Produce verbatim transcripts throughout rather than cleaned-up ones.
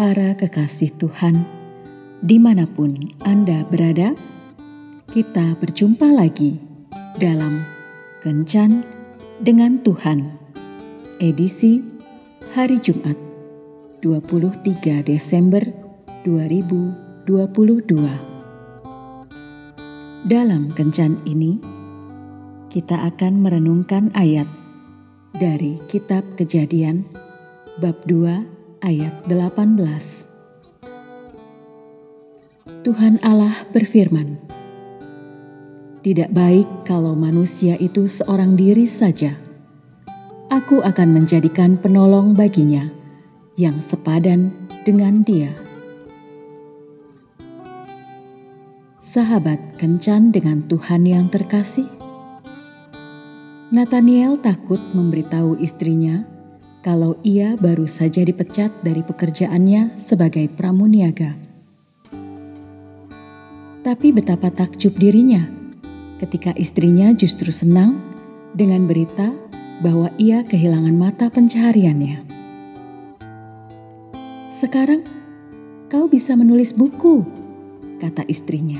Para kekasih Tuhan, dimanapun Anda berada, kita berjumpa lagi dalam Kencan dengan Tuhan, edisi hari Jumat, dua puluh tiga Desember dua ribu dua puluh dua. Dalam Kencan ini, kita akan merenungkan ayat dari Kitab Kejadian, bab dua ayat delapan belas. Tuhan Allah berfirman, "Tidak baik kalau manusia itu seorang diri saja. Aku akan menjadikan penolong baginya yang sepadan dengan dia." Sahabat Kencan dengan Tuhan yang terkasih, Nathaniel takut memberitahu istrinya kalau ia baru saja dipecat dari pekerjaannya sebagai pramuniaga. Tapi betapa takjub dirinya ketika istrinya justru senang dengan berita bahwa ia kehilangan mata pencahariannya. "Sekarang kau bisa menulis buku," kata istrinya.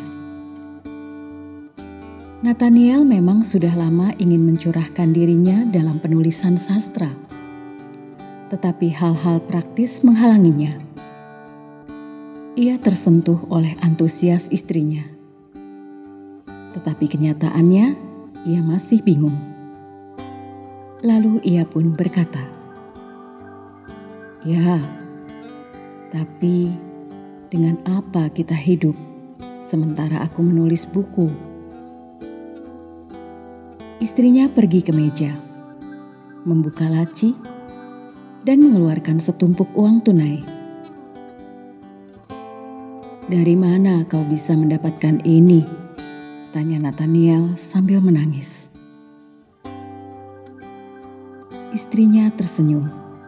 Nathaniel memang sudah lama ingin mencurahkan dirinya dalam penulisan sastra, tetapi hal-hal praktis menghalanginya. Ia tersentuh oleh antusias istrinya, tetapi kenyataannya ia masih bingung. Lalu ia pun berkata, "Ya, tapi dengan apa kita hidup sementara aku menulis buku?" Istrinya pergi ke meja, membuka laci, dan mengeluarkan setumpuk uang tunai. "Dari mana kau bisa mendapatkan ini?" tanya Nathaniel sambil menangis. Istrinya tersenyum.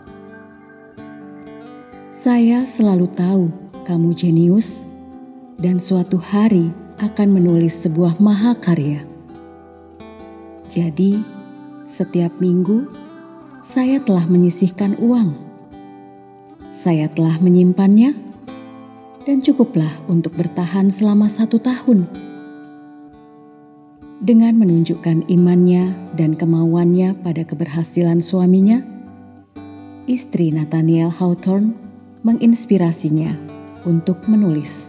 "Saya selalu tahu kamu jenius dan suatu hari akan menulis sebuah mahakarya. Jadi, setiap minggu saya telah menyisihkan uang. Saya telah menyimpannya dan cukuplah untuk bertahan selama satu tahun." Dengan menunjukkan imannya dan kemauannya pada keberhasilan suaminya, istri Nathaniel Hawthorne menginspirasinya untuk menulis.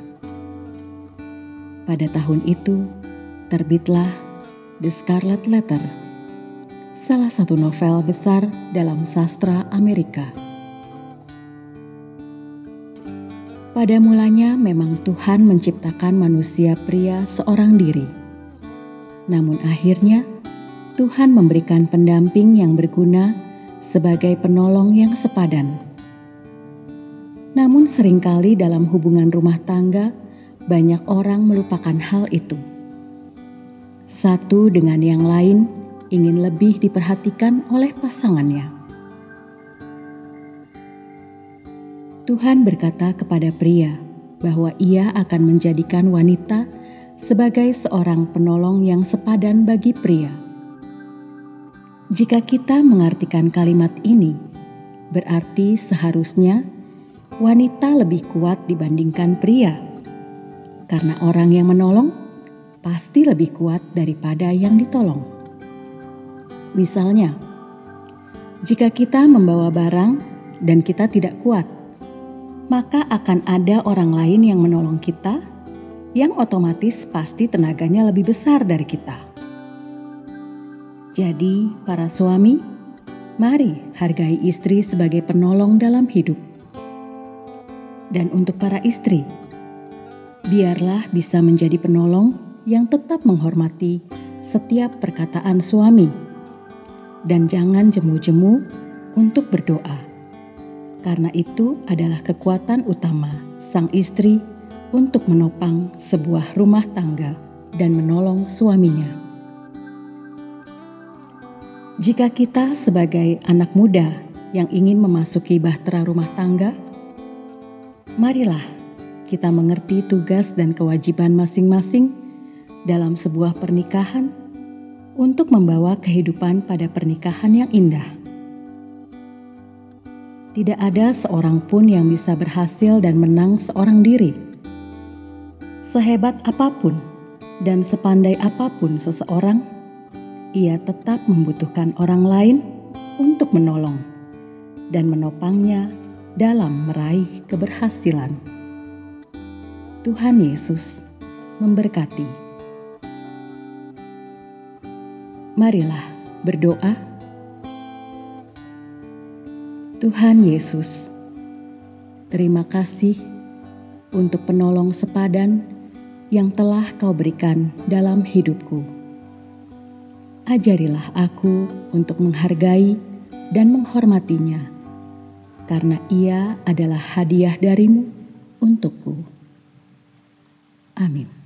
Pada tahun itu, terbitlah The Scarlet Letter, salah satu novel besar dalam sastra Amerika. Pada mulanya memang Tuhan menciptakan manusia pria seorang diri. Namun akhirnya Tuhan memberikan pendamping yang berguna sebagai penolong yang sepadan. Namun seringkali dalam hubungan rumah tangga banyak orang melupakan hal itu. Satu dengan yang lain ingin lebih diperhatikan oleh pasangannya. Tuhan berkata kepada pria bahwa Ia akan menjadikan wanita sebagai seorang penolong yang sepadan bagi pria. Jika kita mengartikan kalimat ini, berarti seharusnya wanita lebih kuat dibandingkan pria, karena orang yang menolong pasti lebih kuat daripada yang ditolong. Misalnya, jika kita membawa barang dan kita tidak kuat, maka akan ada orang lain yang menolong kita, yang otomatis pasti tenaganya lebih besar dari kita. Jadi, para suami, mari hargai istri sebagai penolong dalam hidup. Dan untuk para istri, biarlah bisa menjadi penolong yang tetap menghormati setiap perkataan suami. Dan jangan jemu-jemu untuk berdoa, karena itu adalah kekuatan utama sang istri untuk menopang sebuah rumah tangga dan menolong suaminya. Jika kita sebagai anak muda yang ingin memasuki bahtera rumah tangga, marilah kita mengerti tugas dan kewajiban masing-masing dalam sebuah pernikahan untuk membawa kehidupan pada pernikahan yang indah. Tidak ada seorang pun yang bisa berhasil dan menang seorang diri. Sehebat apapun dan sepandai apapun seseorang, ia tetap membutuhkan orang lain untuk menolong dan menopangnya dalam meraih keberhasilan. Tuhan Yesus memberkati. Marilah berdoa. Tuhan Yesus, terima kasih untuk penolong sepadan yang telah Kau berikan dalam hidupku. Ajarilah aku untuk menghargai dan menghormatinya, karena ia adalah hadiah darimu untukku. Amin.